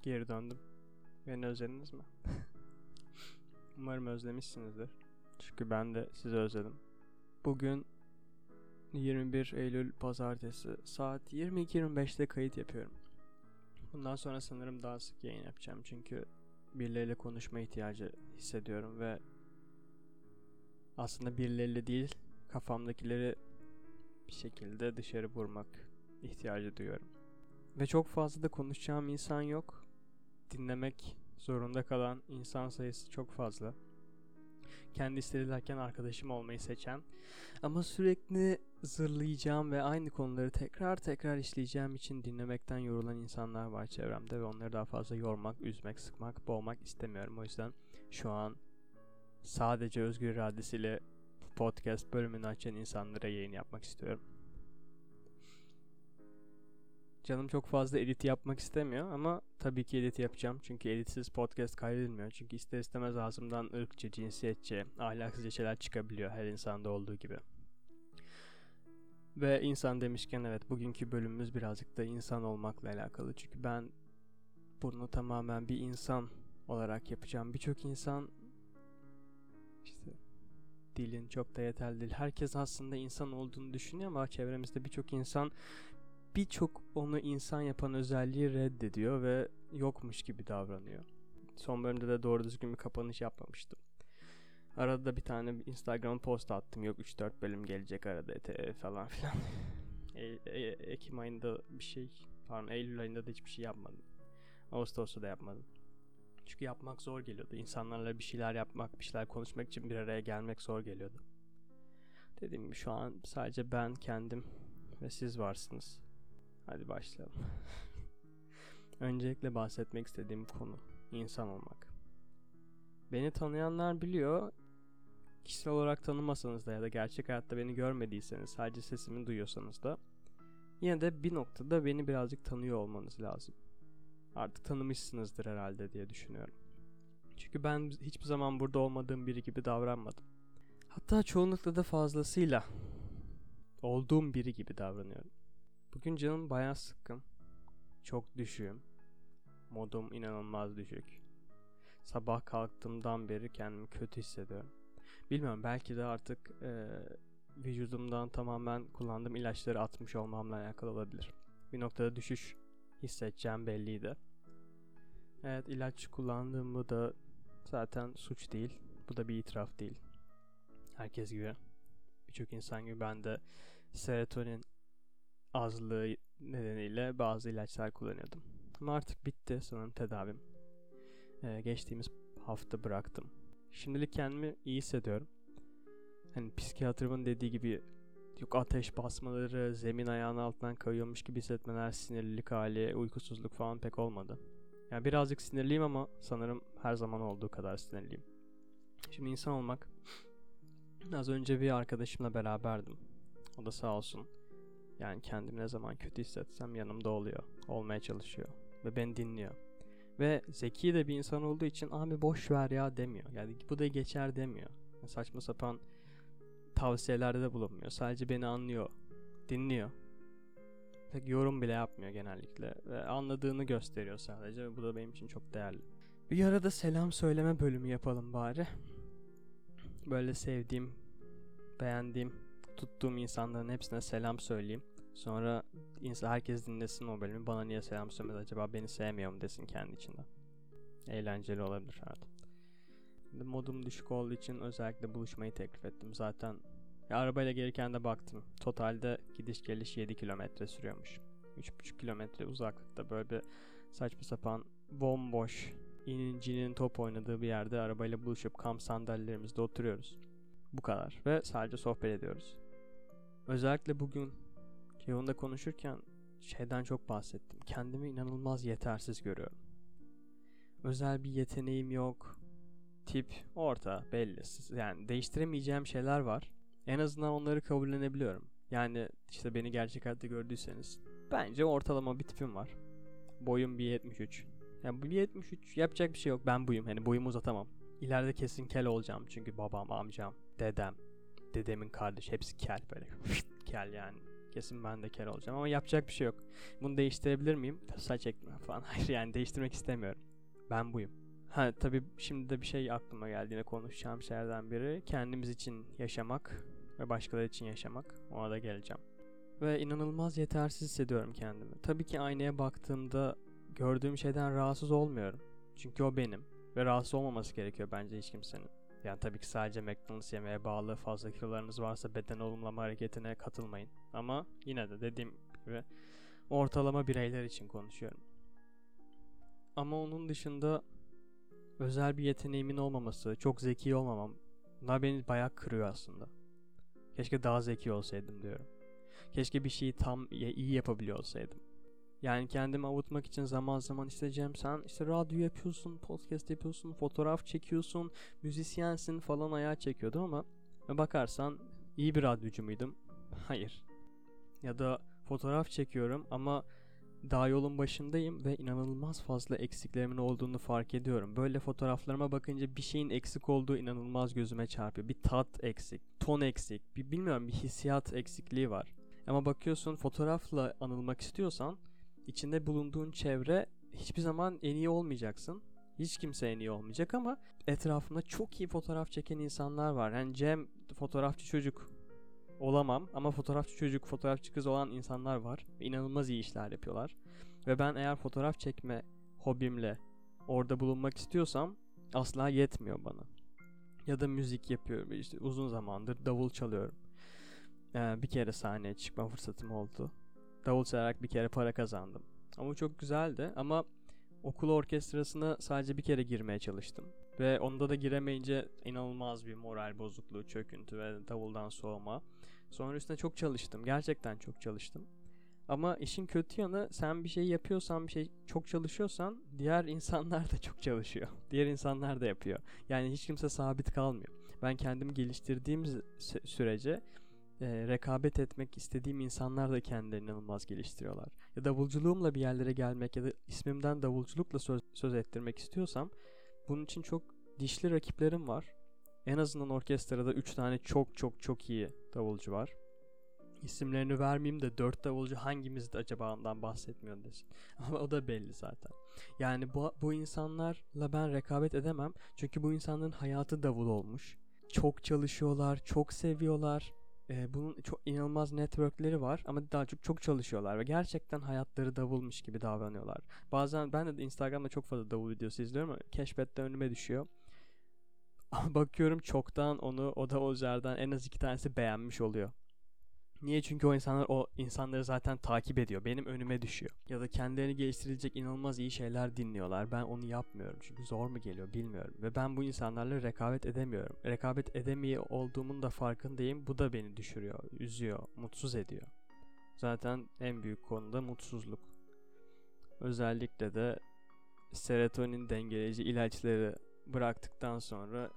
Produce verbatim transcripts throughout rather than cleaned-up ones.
Geri döndüm. Beni özlediniz mi? Umarım özlemişsinizdir. Çünkü ben de sizi özledim. Bugün yirmi bir Eylül Pazartesi saat yirmi iki yirmi beşte kayıt yapıyorum. Bundan sonra sanırım daha sık yayın yapacağım. Çünkü birileriyle konuşma ihtiyacı hissediyorum ve aslında birileriyle değil, kafamdakileri bir şekilde dışarı vurmak ihtiyacı duyuyorum. Ve çok fazla da konuşacağım insan yok. Dinlemek zorunda kalan insan sayısı çok fazla. Kendi istedilerken arkadaşım olmayı seçen ama sürekli zırlayacağım ve aynı konuları tekrar tekrar işleyeceğim için dinlemekten yorulan insanlar var çevremde ve onları daha fazla yormak, üzmek, sıkmak, boğmak istemiyorum. O yüzden şu an sadece özgür iradesiyle podcast bölümünü açan insanlara yayın yapmak istiyorum. Canım çok fazla edit yapmak istemiyor ama tabii ki edit yapacağım. Çünkü editsiz podcast kaydedilmiyor. Çünkü ister istemez ağzımdan ırkçı, cinsiyetçi, ahlaksızca şeyler çıkabiliyor her insanda olduğu gibi. Ve insan demişken evet, bugünkü bölümümüz birazcık da insan olmakla alakalı. Çünkü ben bunu tamamen bir insan olarak yapacağım. Birçok insan işte dilin çok da yeterli değil. Herkes aslında insan olduğunu düşünüyor ama çevremizde birçok insan birçok onu insan yapan özelliği reddediyor ve yokmuş gibi davranıyor. Son bölümde de doğru düzgün bir kapanış yapmamıştım. Arada da bir tane Instagram post attım. Yok üç dört bölüm gelecek arada ete falan filan. e- e- Ekim ayında bir şey, pardon Eylül ayında da hiçbir şey yapmadım. Ağustos'ta da yapmadım. Çünkü yapmak zor geliyordu. İnsanlarla bir şeyler yapmak, bir şeyler konuşmak için bir araya gelmek zor geliyordu. Dediğim gibi şu an sadece ben, kendim ve siz varsınız. Hadi başlayalım. Öncelikle bahsetmek istediğim konu insan olmak. Beni tanıyanlar biliyor. Kişisel olarak tanımasanız da ya da gerçek hayatta beni görmediyseniz, sadece sesimi duyuyorsanız da yine de bir noktada beni birazcık tanıyor olmanız lazım. Artık tanımışsınızdır herhalde diye düşünüyorum. Çünkü ben hiçbir zaman burada olmadığım biri gibi davranmadım. Hatta çoğunlukla da fazlasıyla olduğum biri gibi davranıyorum. Bugün canım bayağı sıkkın. Çok düşüğüm. Modum inanılmaz düşük. Sabah kalktığımdan beri kendimi kötü hissediyorum. Bilmiyorum, belki de artık e, vücudumdan tamamen kullandığım ilaçları atmış olmamla alakalı olabilir. Bir noktada düşüş hissedeceğim belliydi. Evet, ilaç kullandığımı da zaten suç değil. Bu da bir itiraf değil. Herkes gibi, birçok insan gibi ben de serotonin azlığı nedeniyle bazı ilaçlar kullanıyordum. Ama artık bitti sanırım tedavim. Ee, geçtiğimiz hafta bıraktım. Şimdilik kendimi iyi hissediyorum. Hani psikiyatrımın dediği gibi yok ateş basmaları, zemin ayağının altından kayıyormuş gibi hissetmeler, sinirlilik hali, uykusuzluk falan pek olmadı. Yani birazcık sinirliyim ama sanırım her zaman olduğu kadar sinirliyim. Şimdi insan olmak, az önce bir arkadaşımla beraberdim. O da sağ olsun. Yani kendimi ne zaman kötü hissetsem yanımda oluyor. Olmaya çalışıyor. Ve beni dinliyor. Ve zeki de bir insan olduğu için abi boş ver ya demiyor. Yani bu da geçer demiyor. Saçma sapan tavsiyelerde de bulunmuyor. Sadece beni anlıyor. Dinliyor. Pek yorum bile yapmıyor genellikle. Ve anladığını gösteriyor sadece. Ve bu da benim için çok değerli. Bir arada selam söyleme bölümü yapalım bari. Böyle sevdiğim, beğendiğim, tuttuğum insanların hepsine selam söyleyeyim. Sonra insan, herkes dinlesin o bölümü. Bana niye selam söylemedi acaba, beni sevmiyor mu desin kendi içinden. Eğlenceli olabilir evet. Modum düşük olduğu için özellikle buluşmayı teklif ettim. Zaten ya, arabayla gelirken de baktım. Totalde gidiş geliş yedi kilometre sürüyormuş. üç buçuk kilometre uzaklıkta böyle bir saçma sapan bomboş inincinin top oynadığı bir yerde arabayla buluşup kamp sandalyelerimizde oturuyoruz. Bu kadar ve sadece sohbet ediyoruz. Özellikle bugün Kevon'da konuşurken şeyden çok bahsettim. Kendimi inanılmaz yetersiz görüyorum. Özel bir yeteneğim yok. Tip orta, belli. Yani değiştiremeyeceğim şeyler var. En azından onları kabullenebiliyorum. Yani işte beni gerçek hayatta gördüyseniz bence ortalama bir tipim var. Boyum bir yetmiş üç. Yani bir yetmiş üç, yapacak bir şey yok. Ben buyum. Hani boyumu uzatamam. İleride kesin kel olacağım. Çünkü babam, amcam, dedem, dedemin kardeşi hepsi kel böyle. Kel yani. kesin ben de kel olacağım ama yapacak bir şey yok. Bunu değiştirebilir miyim? Saç ekme falan. Hayır, yani değiştirmek istemiyorum. Ben buyum. Ha tabii, şimdi de bir şey aklıma geldi, yine konuşacağım şeylerden biri. Kendimiz için yaşamak ve başkaları için yaşamak. Ona da geleceğim. Ve inanılmaz yetersiz hissediyorum kendimi. Tabii ki aynaya baktığımda gördüğüm şeyden rahatsız olmuyorum. Çünkü o benim. Ve rahatsız olmaması gerekiyor bence hiç kimsenin. Yani tabii ki sadece McDonald's yemeye bağlı fazla kilolarınız varsa beden olumlama hareketine katılmayın. Ama yine de dediğim gibi ortalama bireyler için konuşuyorum. Ama onun dışında özel bir yeteneğimin olmaması, çok zeki olmamam, bunlar beni bayağı kırıyor aslında. Keşke daha zeki olsaydım diyorum. Keşke bir şeyi tam iyi yapabiliyor olsaydım. Yani kendimi avutmak için zaman zaman işte Cem sen işte radyo yapıyorsun, podcast yapıyorsun, fotoğraf çekiyorsun, müzisyensin falan ayağa çekiyordum ama bakarsan iyi bir radyocu muydum? Hayır. Ya da fotoğraf çekiyorum ama daha yolun başındayım ve inanılmaz fazla eksiklerimin olduğunu fark ediyorum. Böyle fotoğraflarıma bakınca bir şeyin eksik olduğu inanılmaz gözüme çarpıyor. Bir tat eksik, ton eksik, bir bilmiyorum bir hissiyat eksikliği var. Ama bakıyorsun fotoğrafla anılmak istiyorsan içinde bulunduğun çevre hiçbir zaman en iyi olmayacaksın. Hiç kimse en iyi olmayacak ama etrafında çok iyi fotoğraf çeken insanlar var. Yani Cem fotoğrafçı çocuk olamam ama fotoğrafçı çocuk, fotoğrafçı kız olan insanlar var. İnanılmaz iyi işler yapıyorlar. Ve ben eğer fotoğraf çekme hobimle orada bulunmak istiyorsam asla yetmiyor bana. Ya da müzik yapıyorum. İşte uzun zamandır davul çalıyorum. Ee, bir kere sahneye çıkma fırsatım oldu. Davul çalarak bir kere para kazandım. Ama çok güzeldi ama okul orkestrasına sadece bir kere girmeye çalıştım. Ve onda da giremeyince inanılmaz bir moral bozukluğu, çöküntü ve davuldan soğuma. Sonra üstüne çok çalıştım. Gerçekten çok çalıştım. Ama işin kötü yanı sen bir şey yapıyorsan, bir şey çok çalışıyorsan diğer insanlar da çok çalışıyor. Diğer insanlar da yapıyor. Yani hiç kimse sabit kalmıyor. Ben kendimi geliştirdiğim sürece e, rekabet etmek istediğim insanlar da kendilerini inanılmaz geliştiriyorlar. Ya davulculuğumla bir yerlere gelmek ya da ismimden davulculukla söz, söz ettirmek istiyorsam bunun için çok dişli rakiplerim var. En azından orkestrada üç tane çok çok çok iyi davulcu var. İsimlerini vermeyeyim de dört davulcu hangimiz de acaba ondan bahsetmiyor desin. Ama o da belli zaten. Yani bu, bu insanlarla ben rekabet edemem. Çünkü bu insanların hayatı davul olmuş. Çok çalışıyorlar, çok seviyorlar. Ee, bunun çok inanılmaz networkleri var ama daha çok çok çalışıyorlar ve gerçekten hayatları davulmuş gibi davranıyorlar. Bazen ben de Instagram'da çok fazla davul videosu izliyorum ama keşfette önüme düşüyor. Ama bakıyorum çoktan onu o davulculardan en az iki tanesi beğenmiş oluyor. Niye? Çünkü o insanlar o insanları zaten takip ediyor. Benim önüme düşüyor. Ya da kendilerini geliştirecek inanılmaz iyi şeyler dinliyorlar. Ben onu yapmıyorum. Çünkü zor mu geliyor bilmiyorum. Ve ben bu insanlarla rekabet edemiyorum. Rekabet edemiyor olduğumun da farkındayım. Bu da beni düşürüyor, üzüyor, mutsuz ediyor. Zaten en büyük konu da mutsuzluk. Özellikle de serotonin dengeleyici ilaçları bıraktıktan sonra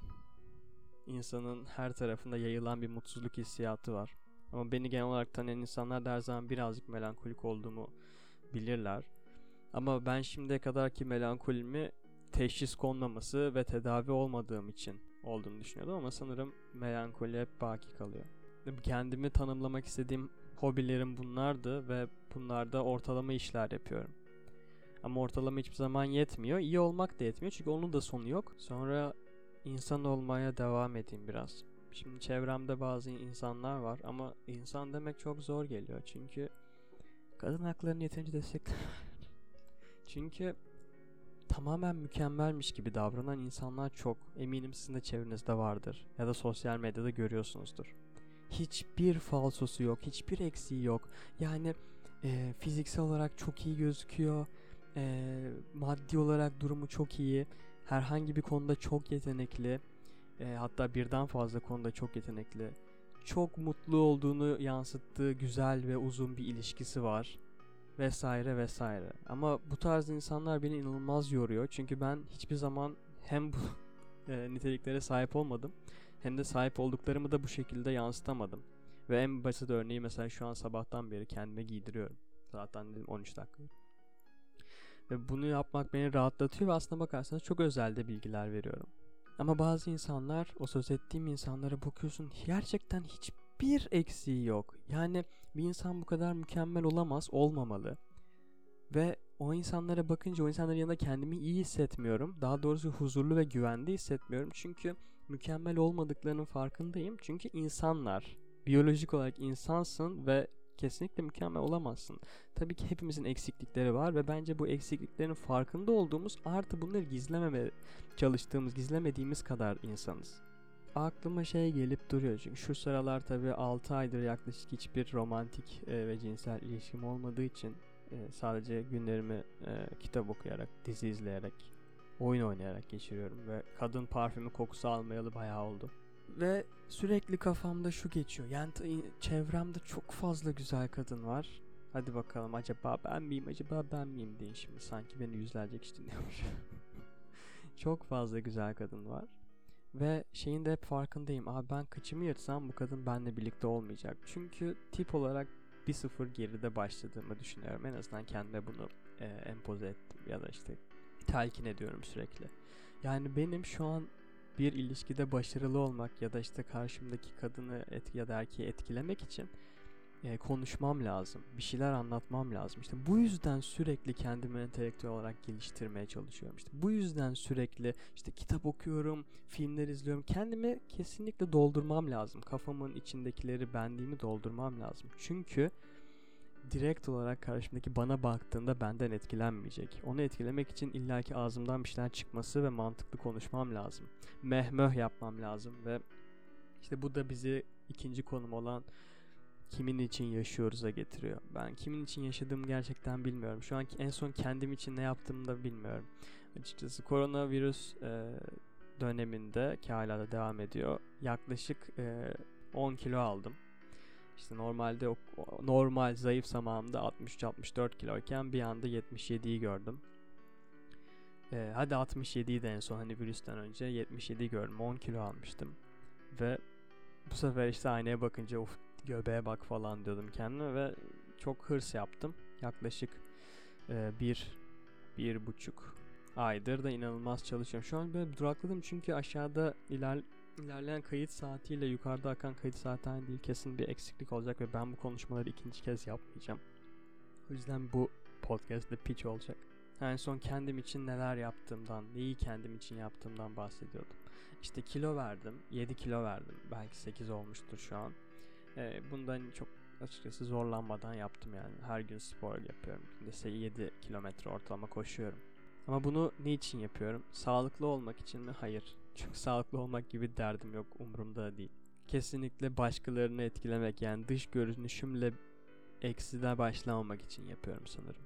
insanın her tarafında yayılan bir mutsuzluk hissiyatı var. Ama beni genel olarak tanıyan insanlar da her zaman birazcık melankolik olduğumu bilirler. Ama ben şimdiye kadarki melankolimi teşhis konmaması ve tedavi olmadığım için olduğunu düşünüyordum. Ama sanırım melankoli hep baki kalıyor. Kendimi tanımlamak istediğim hobilerim bunlardı ve bunlarda ortalama işler yapıyorum. Ama ortalama hiçbir zaman yetmiyor. İyi olmak da yetmiyor çünkü onun da sonu yok. Sonra insan olmaya devam edeyim biraz. Şimdi çevremde bazı insanlar var ama insan demek çok zor geliyor. Çünkü kadın haklarını yeterince destekler. Çünkü tamamen mükemmelmiş gibi davranan insanlar çok. Eminim sizin de çevrenizde vardır. Ya da sosyal medyada görüyorsunuzdur. Hiçbir falsosu yok. Hiçbir eksiği yok. Yani e, fiziksel olarak çok iyi gözüküyor. E, maddi olarak durumu çok iyi. Herhangi bir konuda çok yetenekli. E, hatta birden fazla konuda çok yetenekli. Çok mutlu olduğunu yansıttığı güzel ve uzun bir ilişkisi var. Vesaire vesaire. Ama bu tarz insanlar beni inanılmaz yoruyor. Çünkü ben hiçbir zaman hem bu e, niteliklere sahip olmadım. Hem de sahip olduklarımı da bu şekilde yansıtamadım. Ve en basit örneği mesela şu an sabahtan beri kendime giydiriyorum. Zaten dedim on üç dakika. Ve bunu yapmak beni rahatlatıyor ve aslına bakarsanız çok özelde bilgiler veriyorum. Ama bazı insanlar, o söz ettiğim insanlara bakıyorsun gerçekten hiç hiçbir eksiği yok. Yani bir insan bu kadar mükemmel olamaz, olmamalı. Ve o insanlara bakınca o insanların yanında kendimi iyi hissetmiyorum. Daha doğrusu huzurlu ve güvende hissetmiyorum. Çünkü mükemmel olmadıklarının farkındayım. Çünkü insanlar. Biyolojik olarak insansın ve kesinlikle mükemmel olamazsın. Tabii ki hepimizin eksiklikleri var ve bence bu eksikliklerin farkında olduğumuz, artı bunları gizlememe çalıştığımız, gizlemediğimiz kadar insanız. Aklıma şey gelip duruyor çünkü şu sıralar tabii altı aydır yaklaşık hiçbir romantik e, ve cinsel ilişkim olmadığı için e, sadece günlerimi e, kitap okuyarak, dizi izleyerek, oyun oynayarak geçiriyorum ve kadın parfümü kokusu almayalı bayağı oldu. Ve sürekli kafamda şu geçiyor. Yani t- çevremde çok fazla güzel kadın var. Hadi bakalım, acaba ben miyim, acaba ben miyim deyin şimdi. Sanki beni yüzlerce kişi dinliyormuş. Çok fazla güzel kadın var. Ve şeyin de hep farkındayım. Abi ben kıçımı yırtsam bu kadın benimle birlikte olmayacak. Çünkü tip olarak bir sıfır geride başladığımı düşünüyorum. En azından kendime bunu e, empoze ettim ya da işte telkin ediyorum sürekli. Yani benim şu an bir ilişkide başarılı olmak ya da işte karşımdaki kadını et ya da erkeği etkilemek için e, konuşmam lazım. Bir şeyler anlatmam lazım. İşte bu yüzden sürekli kendimi entelektüel olarak geliştirmeye çalışıyorum. İşte bu yüzden sürekli işte kitap okuyorum, filmler izliyorum. Kendimi kesinlikle doldurmam lazım. Kafamın içindekileri, benliğimi doldurmam lazım. Çünkü direkt olarak karşımdaki bana baktığında benden etkilenmeyecek. Onu etkilemek için illaki ağzımdan bir şeyler çıkması ve mantıklı konuşmam lazım. Mehmöh yapmam lazım ve işte bu da bizi ikinci konum olan kimin için yaşıyoruz'a getiriyor. Ben kimin için yaşadığımı gerçekten bilmiyorum. Şu anki en son kendim için ne yaptığımı da bilmiyorum. Açıkçası koronavirüs e, döneminde, ki hala da devam ediyor, yaklaşık e, on kilo aldım. İşte normalde o, o normal zayıf zamanımda altmış üç altmış dört kiloyken bir anda yetmiş yediyi gördüm. E, hadi altmış yediyi de en son, hani virüsten önce yetmiş yediyi gördüm. on kilo almıştım. Ve bu sefer işte aynaya bakınca of, göbeğe bak falan diyordum kendime ve çok hırs yaptım. Yaklaşık e, bir, bir buçuk aydır da inanılmaz çalışıyorum. Şu an böyle durakladım çünkü aşağıda iler, ilerleyen kayıt saatiyle yukarıda akan kayıt saati aynı değil. Kesin bir eksiklik olacak ve ben bu konuşmaları ikinci kez yapmayacağım. O yüzden bu podcast de pitch olacak. En son kendim için neler yaptığımdan, neyi kendim için yaptığımdan bahsediyordum. İşte kilo verdim, yedi kilo verdim. Belki sekiz olmuştur şu an. Ee, bundan çok açıkçası zorlanmadan yaptım yani. Her gün spor yapıyorum. Günde yedi kilometre ortalama koşuyorum. Ama bunu niçin yapıyorum? Sağlıklı olmak için mi? Hayır. Çünkü sağlıklı olmak gibi derdim yok. Umurumda değil. Kesinlikle başkalarını etkilemek, yani dış görünüşümle ekside başlamamak için yapıyorum sanırım.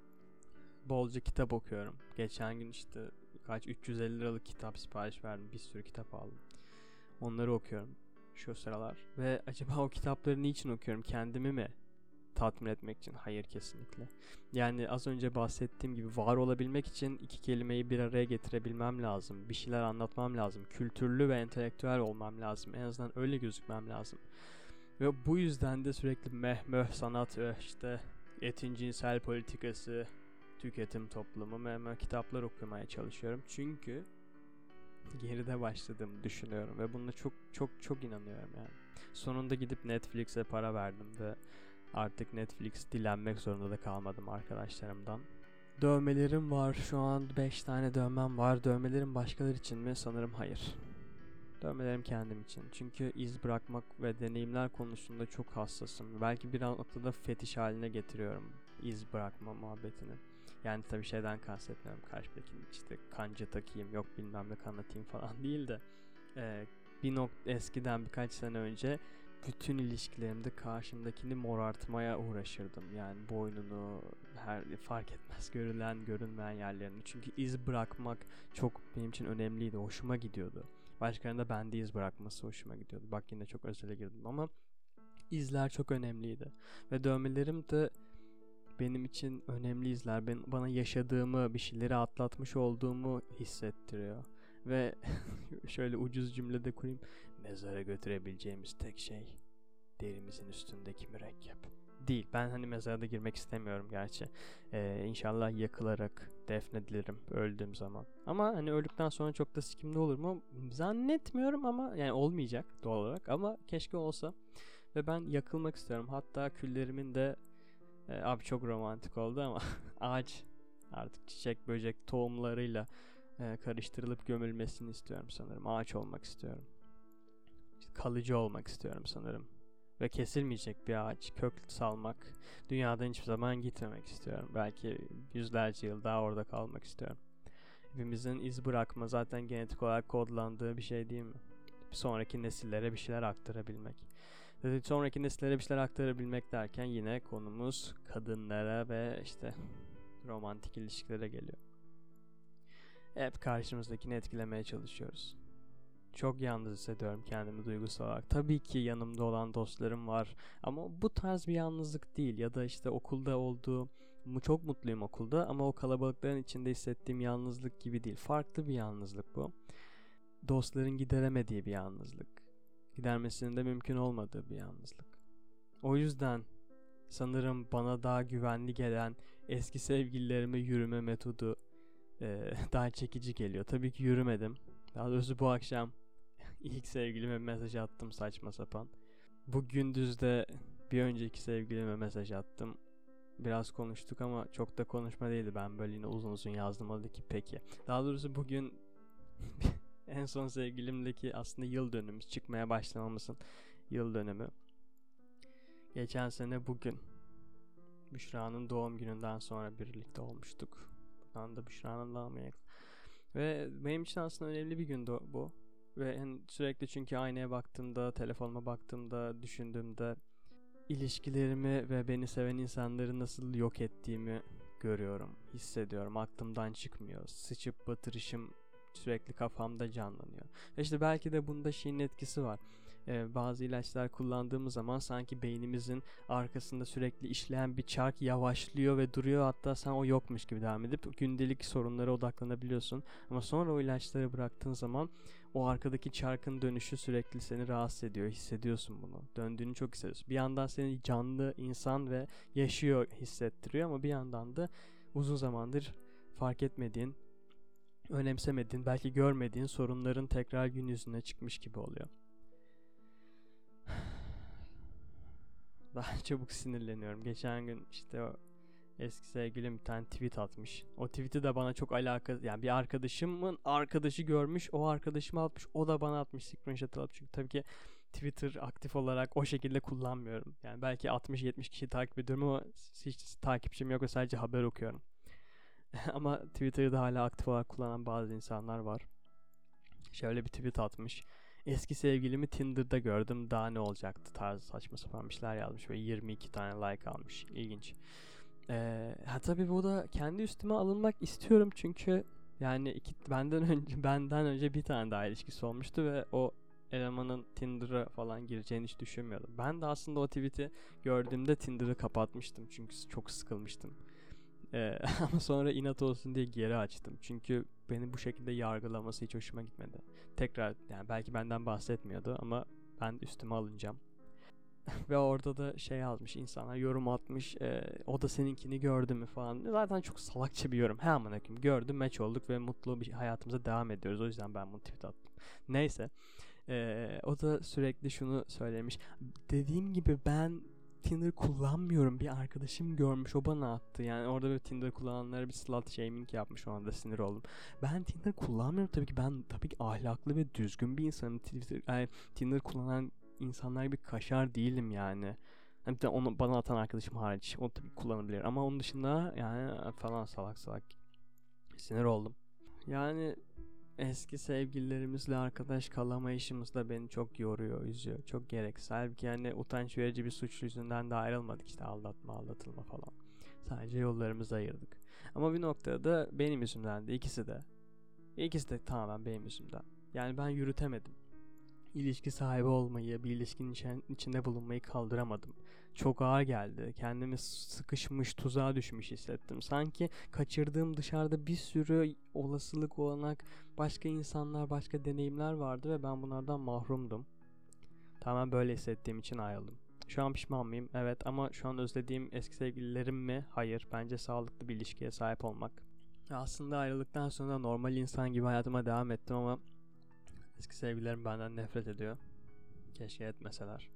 Bolca kitap okuyorum. Geçen gün işte kaç üç yüz elli liralık kitap sipariş verdim. Bir sürü kitap aldım. Onları okuyorum şu sıralar. Ve acaba o kitapları niçin okuyorum? Kendimi mi tatmin etmek için? Hayır, kesinlikle. Yani az önce bahsettiğim gibi var olabilmek için iki kelimeyi bir araya getirebilmem lazım. Bir şeyler anlatmam lazım. Kültürlü ve entelektüel olmam lazım. En azından öyle gözükmem lazım. Ve bu yüzden de sürekli mehmöh sanat, işte etin cinsel politikası, tüketim toplumu, mehmöh kitaplar okumaya çalışıyorum. Çünkü geride başladığımı düşünüyorum ve buna çok çok çok inanıyorum yani. Sonunda gidip Netflix'e para verdim ve artık Netflix dilenmek zorunda da kalmadım arkadaşlarımdan. Dövmelerim var. Şu an beş tane dövmem var. Dövmelerim başkaları için mi? Sanırım hayır. Dövmelerim kendim için. Çünkü iz bırakmak ve deneyimler konusunda çok hassasım. Belki bir noktada fetiş haline getiriyorum iz bırakma muhabbetini. Yani tabii şeyden kastetmiyorum, karşıdakinin işte kanca takayım, yok bilmem ne kanatayım falan değil de e, bir nokta eskiden birkaç sene önce bütün ilişkilerimde karşımdakini morartmaya uğraşırdım. Yani boynunu, her fark etmez, görülen görünmeyen yerlerini. Çünkü iz bırakmak çok benim için önemliydi, hoşuma gidiyordu. Başkalarının da bende iz bırakması hoşuma gidiyordu. Bak yine çok özele girdim ama izler çok önemliydi. Ve dövmelerim de benim için önemli izler. Ben, bana yaşadığımı, bir şeyleri atlatmış olduğumu hissettiriyor. Ve şöyle ucuz cümlede kurayım. Mezara götürebileceğimiz tek şey derimizin üstündeki mürekkep. Değil. Ben hani mezara da girmek istemiyorum gerçi. Ee, inşallah yakılarak defnedilirim öldüğüm zaman. Ama hani öldükten sonra çok da sikimde olur mu? Zannetmiyorum ama yani olmayacak doğal olarak. Ama keşke olsa. Ve ben yakılmak istiyorum. Hatta küllerimin de e, abi çok romantik oldu ama ağaç artık çiçek böcek tohumlarıyla e, karıştırılıp gömülmesini istiyorum sanırım. Ağaç olmak istiyorum. Kalıcı olmak istiyorum sanırım. Ve kesilmeyecek bir ağaç, kök salmak, dünyadan hiçbir zaman gitmemek istiyorum. Belki yüzlerce yıl daha orada kalmak istiyorum. Hepimizin iz bırakma zaten genetik olarak kodlandığı bir şey değil mi? Bir sonraki nesillere bir şeyler aktarabilmek. Ve sonraki nesillere bir şeyler aktarabilmek derken yine konumuz kadınlara ve işte romantik ilişkilere geliyor. Hep karşımızdakini etkilemeye çalışıyoruz. Çok yalnız hissediyorum kendimi duygusal olarak. Tabii ki yanımda olan dostlarım var ama bu tarz bir yalnızlık değil. Ya da işte okulda olduğu, çok mutluyum okulda ama o kalabalıkların içinde hissettiğim yalnızlık gibi değil. Farklı bir yalnızlık bu. Dostların gideremediği bir yalnızlık. Gidermesinin de mümkün olmadığı bir yalnızlık. O yüzden sanırım bana daha güvenli gelen eski sevgililerime yürüme metodu e, daha çekici geliyor. Tabii ki yürümedim. Daha doğrusu bu akşam İlk sevgilime mesaj attım saçma sapan. Bu gündüz de bir önceki sevgilime mesaj attım. Biraz konuştuk ama çok da konuşma değildi. Ben böyle yine uzun uzun yazdım. O dedi ki peki. Daha doğrusu bugün en son sevgilimdeki aslında yıl dönümümüz. Çıkmaya başlamamızın yıl dönümü. Geçen sene bugün. Büşra'nın doğum gününden sonra birlikte olmuştuk. Buradan da Büşra'nın doğum günü. Ve benim için aslında önemli bir gündü bu. Ve yani sürekli çünkü aynaya baktığımda, telefonuma baktığımda, düşündüğümde ilişkilerimi ve beni seven insanları nasıl yok ettiğimi görüyorum, hissediyorum. Aklımdan çıkmıyor. Sıçıp batırışım sürekli kafamda canlanıyor. Ve işte belki de bunda şeyin etkisi var. Ee, bazı ilaçlar kullandığımız zaman sanki beynimizin arkasında sürekli işleyen bir çark yavaşlıyor ve duruyor. Hatta sen o yokmuş gibi devam edip gündelik sorunlara odaklanabiliyorsun. Ama sonra o ilaçları bıraktığın zaman o arkadaki çarkın dönüşü sürekli seni rahatsız ediyor. Hissediyorsun bunu. Döndüğünü çok hissediyorsun. Bir yandan seni canlı, insan ve yaşıyor hissettiriyor ama bir yandan da uzun zamandır fark etmediğin, önemsemediğin, belki görmediğin sorunların tekrar gün yüzüne çıkmış gibi oluyor. Daha çabuk sinirleniyorum. Geçen gün işte o eski sevgilim bir tane tweet atmış. O tweet'i de bana çok alakası, yani bir arkadaşımın arkadaşı görmüş, o arkadaşıma atmış, o da bana atmış, screenshot alıp. Çünkü tabii ki Twitter aktif olarak o şekilde kullanmıyorum. Yani belki altmış yetmiş kişi takip ediyorum ama hiç takipçim yok ve sadece haber okuyorum. Ama Twitter'da hala aktif olarak kullanan bazı insanlar var. Şöyle bir tweet atmış. Eski sevgilimi Tinder'da gördüm, daha ne olacaktı tarzı saçma sapan bir şeyler yazmış ve yirmi iki tane like almış. İlginç. Ee, ha tabii bu da kendi üstüme alınmak istiyorum çünkü yani iki, benden önce benden önce bir tane daha ilişkisi olmuştu ve o elemanın Tinder'a falan gireceğini hiç düşünmüyordum. Ben de aslında o tweet'i gördüğümde Tinder'ı kapatmıştım çünkü çok sıkılmıştım. Ee, ama sonra inat olsun diye geri açtım. Çünkü beni bu şekilde yargılaması hiç hoşuma gitmedi. Tekrar yani belki benden bahsetmiyordu ama ben üstüme alınacağım. Ve orada da şey yazmış, insanlar yorum atmış, e, o da seninkini gördü mü falan. Zaten çok salakça bir yorum. He amına koyayım, gördüm, match olduk ve mutlu bir hayatımıza devam ediyoruz. O yüzden ben bunu tweet attım. Neyse. E, o da sürekli şunu söylemiş. Dediğim gibi ben Tinder kullanmıyorum. Bir arkadaşım görmüş, o bana attı. Yani orada bir Tinder kullananlara bir slut shaming yapmış, ona da sinir oldum. Ben Tinder kullanmıyorum tabii ki. Ben tabii ki ahlaklı ve düzgün bir insanım. Twitter, yani Tinder kullanan insanlar bir kaşar değilim yani. Hani bir de onu bana atan arkadaşım hariç. O tabii kullanabilir ama onun dışında yani falan salak salak sinir oldum. Yani eski sevgililerimizle arkadaş kalamayışımız da beni çok yoruyor, üzüyor. Çok gereksiz. Halbuki yani utanç verici bir suç yüzünden de ayrılmadık, işte aldatma, aldatılma falan. Sadece yollarımızı ayırdık. Ama bir noktada da benim yüzümden de, ikisi de. İkisi de tamamen benim yüzümden. Yani ben yürütemedim. İlişki sahibi olmayı, bir ilişkinin içinde bulunmayı kaldıramadım. Çok ağır geldi. Kendimi sıkışmış, tuzağa düşmüş hissettim. Sanki kaçırdığım dışarıda bir sürü olasılık, olanak, başka insanlar, başka deneyimler vardı ve ben bunlardan mahrumdum. Tamamen böyle hissettiğim için ayrıldım. Şu an pişman mıyım? Evet, ama şu an özlediğim eski sevgililerim mi? Hayır. Bence sağlıklı bir ilişkiye sahip olmak. Aslında ayrıldıktan sonra normal insan gibi hayatıma devam ettim ama eski sevgililerim benden nefret ediyor. Keşke etmeseler.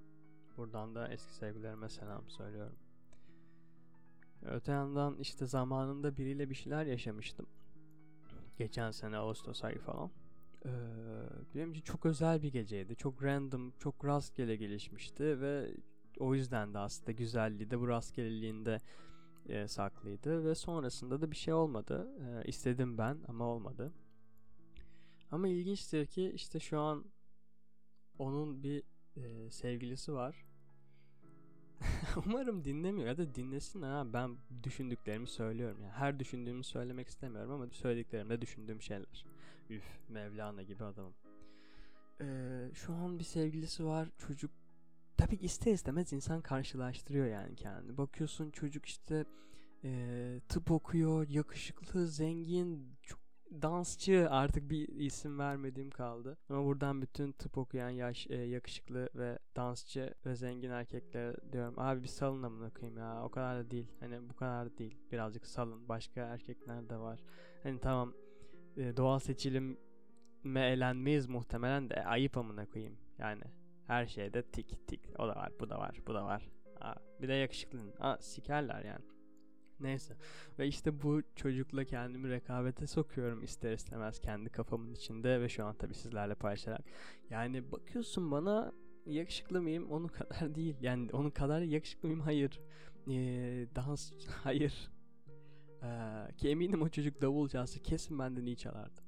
Buradan da eski sevgililerime selam söylüyorum. Öte yandan işte zamanında biriyle bir şeyler yaşamıştım. Geçen sene Ağustos ayı falan. Ee, benim için çok özel bir geceydi. Çok random, çok rastgele gelişmişti ve o yüzden de aslında güzelliği de bu rastgeleliğinde e, saklıydı ve sonrasında da bir şey olmadı. E, istedim ben ama olmadı. Ama ilginçtir ki işte şu an onun bir e, sevgilisi var. Umarım dinlemiyor ya da dinlesin ha. Ben düşündüklerimi söylüyorum. Yani her düşündüğümü söylemek istemiyorum ama söylediklerimde düşündüğüm şeyler. Üf, Mevlana gibi adamım. Ee, şu an bir sevgilisi var. Çocuk tabii ister istemez insan karşılaştırıyor yani kendini. Bakıyorsun çocuk işte e, tıp okuyor, yakışıklı, zengin, çok dansçı, artık bir isim vermediğim kaldı. Ama buradan bütün tıp okuyan yaş, e, yakışıklı ve dansçı ve zengin erkeklere diyorum abi bir salın amına koyayım ya, o kadar da değil. Hani bu kadar da değil. Birazcık salın. Başka erkekler de var. Hani tamam e, doğal seçilime elenmeyiz muhtemelen de ayıp amına koyayım. Yani her şeyde tik tik. O da var, bu da var, bu da var. Aa, bir de yakışıklının. Aa, sikerler yani. Neyse. Ve işte bu çocukla kendimi rekabete sokuyorum ister istemez kendi kafamın içinde ve şu an tabii sizlerle paylaşarak. Yani bakıyorsun bana, yakışıklı mıyım? Onun kadar değil. Yani onun kadar yakışıklı mıyım? Hayır. Ee, dans hayır. Ee, ki eminim o çocuk davul çalsa kesin benden iyi çalardı.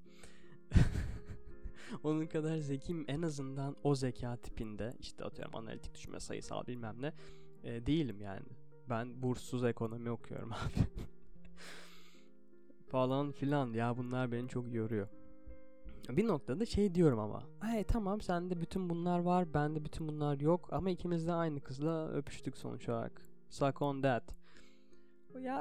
Onun kadar zekiyim, en azından o zeka tipinde, işte atıyorum analitik düşünme, sayısal bilmem ne e, değilim yani. Ben burssuz ekonomi okuyorum abi. Falan filan ya, bunlar beni çok yoruyor. Bir noktada şey diyorum ama. Hey tamam, sende bütün bunlar var, bende bütün bunlar yok ama ikimiz de aynı kızla öpüştük sonuç olarak. Suck on that. Ya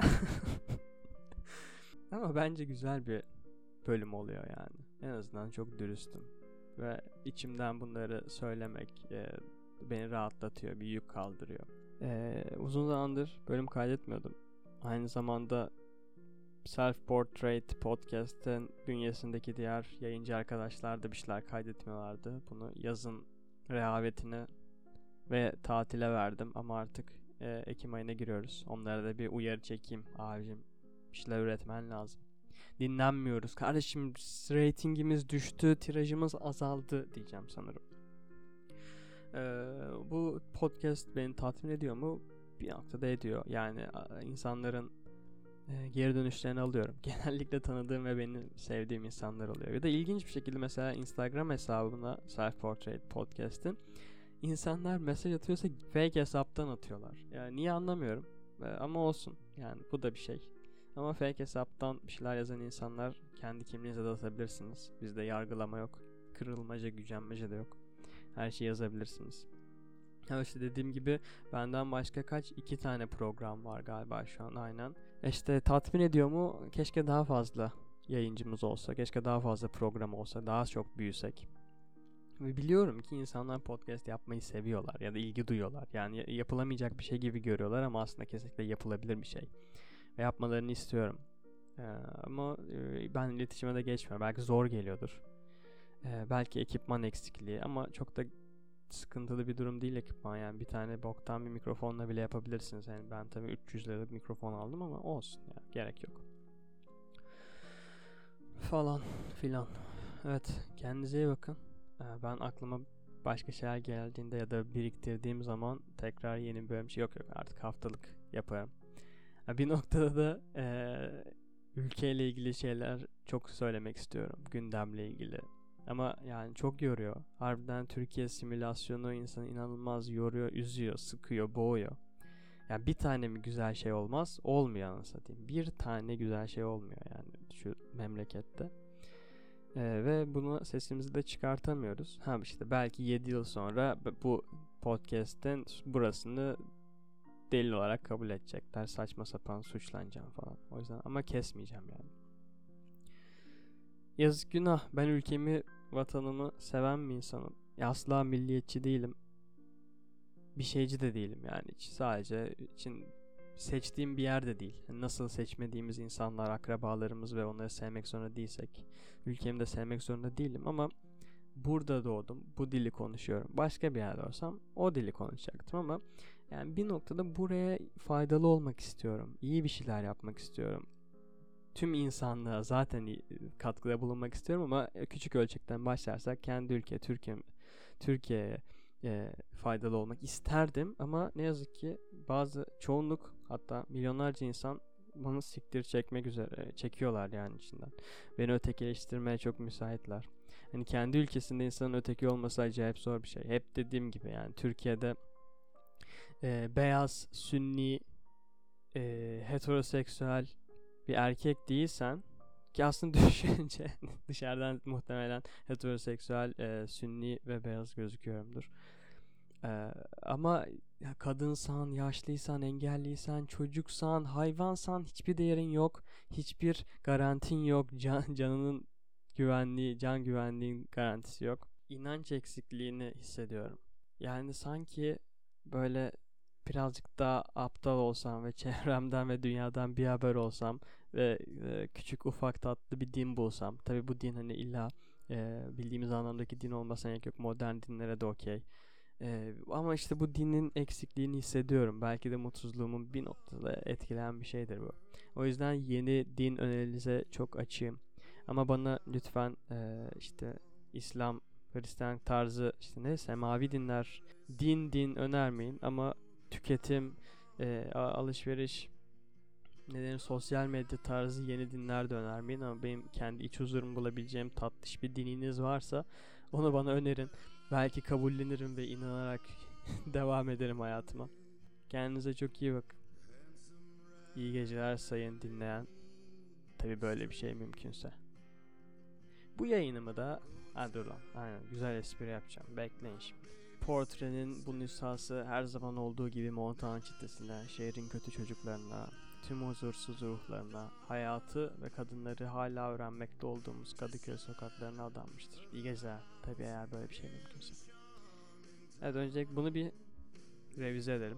ama bence güzel bir bölüm oluyor yani. En azından çok dürüstüm. Ve içimden bunları söylemek e, beni rahatlatıyor, bir yük kaldırıyor. E, uzun zamandır bölüm kaydetmiyordum. Aynı zamanda Self Portrait Podcast'ın bünyesindeki diğer yayıncı arkadaşlar da bir şeyler kaydetmiyorlardı. Bunu yazın rehavetine ve tatile verdim ama artık e, Ekim ayına giriyoruz. Onlara da bir uyarı çekeyim. Abicim bir şeyler üretmen lazım. Dinlenmiyoruz. Kardeşim ratingimiz düştü, tirajımız azaldı diyeceğim sanırım. Ee, bu podcast beni tatmin ediyor mu? Bir noktada ediyor. Yani insanların e, geri dönüşlerini alıyorum. Genellikle tanıdığım ve beni sevdiğim insanlar oluyor. Ya da ilginç bir şekilde mesela Instagram hesabına Self Portrait Podcast'in insanlar mesaj atıyorsa fake hesaptan atıyorlar. Yani niye anlamıyorum. Ee, ama olsun. Yani bu da bir şey. Ama fake hesaptan bir şeyler yazan insanlar kendi kimliğinize de atabilirsiniz. Bizde yargılama yok. Kırılmaca, gücenmece de yok. Her şeyi yazabilirsiniz. Evet, işte dediğim gibi benden başka kaç iki tane program var galiba şu an aynen. İşte tatmin ediyor mu? Keşke daha fazla yayıncımız olsa. Keşke daha fazla program olsa. Daha çok büyüsek. Ve biliyorum ki insanlar podcast yapmayı seviyorlar ya da ilgi duyuyorlar. Yani yapılamayacak bir şey gibi görüyorlar ama aslında kesinlikle yapılabilir bir şey. Ve yapmalarını istiyorum. Ee, ama e, ben iletişime de geçmiyorum. Belki zor geliyordur. Ee, belki ekipman eksikliği ama çok da sıkıntılı bir durum değil ekipman. Yani bir tane boktan bir mikrofonla bile yapabilirsiniz. Yani ben tabii üç yüz liralık mikrofon aldım ama olsun yani, gerek yok. Falan filan. Evet, kendinize iyi bakın. Ee, ben aklıma başka şeyler geldiğinde ya da biriktirdiğim zaman tekrar yeni bir bölüm şey yok yok artık haftalık yaparım. Bir noktada da e, ülkeyle ilgili şeyler çok söylemek istiyorum. Gündemle ilgili. Ama yani çok yoruyor. Harbiden Türkiye simülasyonu insanı inanılmaz yoruyor, üzüyor, sıkıyor, boğuyor. Yani bir tane mi güzel şey olmaz? Olmuyor anasını satayım. Bir tane güzel şey olmuyor yani şu memlekette. Ee, ve bunu sesimizi de çıkartamıyoruz. Ha işte belki yedi yıl sonra bu podcast'ten burasını delil olarak kabul edecekler. Saçma sapan suçlanacağım falan. O yüzden ama kesmeyeceğim yani. Yazık günah. Ben ülkemi, vatanımı seven bir insanım. Ya asla milliyetçi değilim. Bir şeyci de değilim yani. Sadece için seçtiğim bir yerde değil. Yani nasıl seçmediğimiz insanlar, akrabalarımız ve onları sevmek zorunda değilsek, ülkemi de sevmek zorunda değilim ama burada doğdum, bu dili konuşuyorum. Başka bir yerde olsam o dili konuşacaktım ama yani bir noktada buraya faydalı olmak istiyorum. İyi bir şeyler yapmak istiyorum. Tüm insanlığa zaten katkıda bulunmak istiyorum ama küçük ölçekten başlarsak kendi ülke, Türkiye, Türkiye'ye e, faydalı olmak isterdim ama ne yazık ki bazı çoğunluk, hatta milyonlarca insan bana siktir çekmek üzere çekiyorlar yani içinden. Beni ötekileştirmeye çok müsaitler. Hani kendi ülkesinde insanın öteki olması acayip zor bir şey. Hep dediğim gibi yani Türkiye'de e, beyaz, sünni, e, heteroseksüel bir erkek değilsen, ki aslında düşününce dışarıdan muhtemelen heteroseksüel, e, sünni ve beyaz gözüküyorumdur. E, ama kadınsan, yaşlıysan, engelliysen, çocuksan, hayvansan hiçbir değerin yok. Hiçbir garantin yok. Can, canının güvenliği, can güvenliğin garantisi yok. İnanç eksikliğini hissediyorum. Yani sanki böyle birazcık daha aptal olsam ve çevremden ve dünyadan bir haber olsam ve e, küçük ufak tatlı bir din bulsam. Tabi bu din hani illa e, bildiğimiz anlamdaki din olmasına gerek yok. Modern dinlere de okey. E, ama işte bu dinin eksikliğini hissediyorum. Belki de mutsuzluğumun bir noktada etkileyen bir şeydir bu. O yüzden yeni din önerilerinize çok açığım. Ama bana lütfen e, işte İslam, Hristiyan tarzı işte ne semavi dinler, din din önermeyin ama tüketim, e, alışveriş, neden sosyal medya tarzı yeni dinler de önermeyin ama benim kendi iç huzurumu bulabileceğim tatlış bir dininiz varsa onu bana önerin. Belki kabullenirim ve inanarak devam ederim hayatıma. Kendinize çok iyi bakın. İyi geceler sayın dinleyen. Tabi böyle bir şey mümkünse. Bu yayınımı da ha dur lan aynen güzel espri yapacağım. Bekleyin şimdi. Portrenin bu nüshası her zaman olduğu gibi Montana çetesine, şehrin kötü çocuklarına, tüm huzursuz ruhlarına, hayatı ve kadınları hala öğrenmekte olduğumuz Kadıköy sokaklarına adanmıştır. İyi geceler. Tabii eğer böyle bir şey mümkünse. Evet, öncelikle bunu bir revize edelim.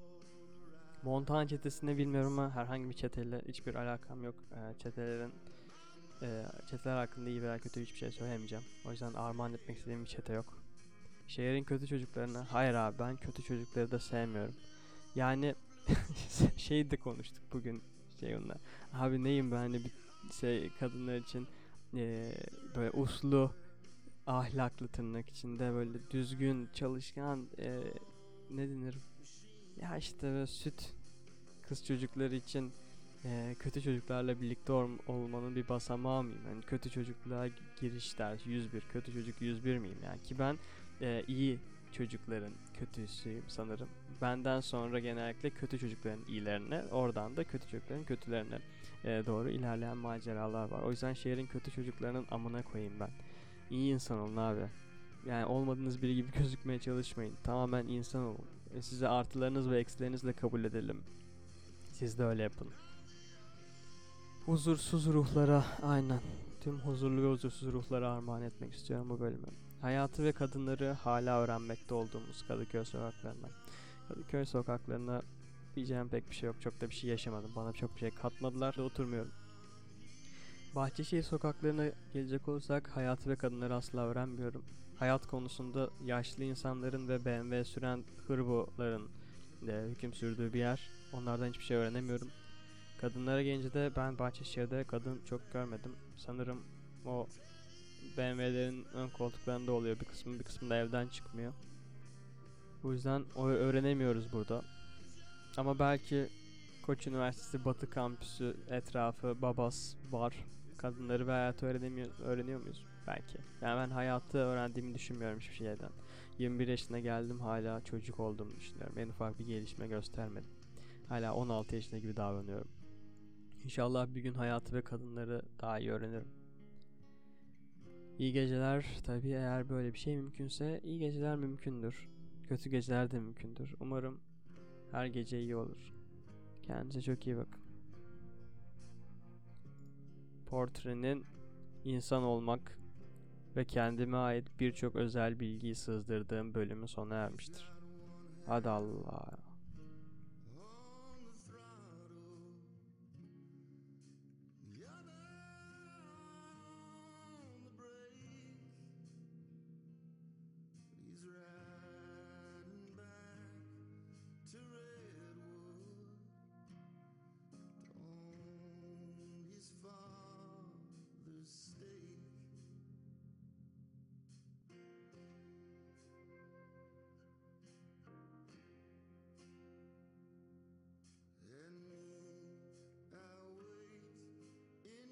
Montana çetesini bilmiyorum ama herhangi bir çeteyle hiçbir alakam yok. Ee, çetelerin e, çeteler hakkında iyi veya kötü hiçbir şey söylemeyeceğim. O yüzden armağan etmek istediğim bir çete yok. Şehrin kötü çocuklarına, hayır abi ben kötü çocukları da sevmiyorum. Yani şey de konuştuk bugün şey onunla. Abi neyim ben hani bir şey kadınlar için e, böyle uslu, ahlaklı tırnak içinde böyle düzgün, çalışkan e, ne denir? Ya işte böyle süt kız çocukları için e, kötü çocuklarla birlikte ol- olmanın bir basamağı mıyım? Yani kötü çocukluğa giriş dersi yüz bir, kötü çocuk yüz bir miyim? Yani ki ben e, iyi çocukların kötüsüyüm sanırım. Benden sonra genellikle kötü çocukların iyilerine, oradan da kötü çocukların kötülerine e, doğru ilerleyen maceralar var. O yüzden şehrin kötü çocuklarının amına koyayım ben. İyi insan olun abi. Yani olmadığınız biri gibi gözükmeye çalışmayın. Tamamen insan olun. E, size artılarınız ve eksilerinizle de kabul edelim. Siz de öyle yapın. Huzursuz ruhlara aynen. Tüm huzurlu ve huzursuz ruhlara armağan etmek istiyorum bu bölümü. Hayatı ve kadınları hala öğrenmekte olduğumuz Kadıköy sokaklarına. Kadıköy sokaklarına diyeceğim pek bir şey yok. Çok da bir şey yaşamadım. Bana çok bir şey katmadılar da oturmuyorum. Bahçeşehir sokaklarına gelecek olursak hayatı ve kadınları asla öğrenmiyorum. Hayat konusunda yaşlı insanların ve B M W süren hırboların de hüküm sürdüğü bir yer. Onlardan hiçbir şey öğrenemiyorum. Kadınlara gelince de ben Bahçeşehir'de kadın çok görmedim. Sanırım o B M W'lerin ön koltuklarında oluyor bir kısmı, bir kısmı da evden çıkmıyor. Bu yüzden o öğrenemiyoruz burada. Ama belki Koç Üniversitesi Batı Kampüsü etrafı Babas var. Kadınları ve hayatı öğrenemiyor, öğreniyor muyuz? Belki. Yani ben hayatı öğrendiğimi düşünmüyorum hiçbir şeyden. yirmi bir yaşına geldim hala çocuk olduğumu düşünüyorum. En ufak bir gelişme göstermedim. Hala on altı yaşında gibi davranıyorum. İnşallah bir gün hayatı ve kadınları daha iyi öğrenirim. İyi geceler. Tabii eğer böyle bir şey mümkünse iyi geceler mümkündür. Kötü geceler de mümkündür. Umarım her gece iyi olur. Kendinize çok iyi bakın. Portrenin insan olmak ve kendime ait birçok özel bilgiyi sızdırdığım bölümü sona ermiştir. Hadi Allah.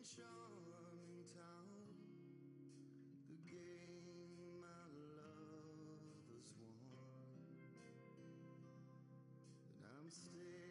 charming town, the game my love has won, and I'm still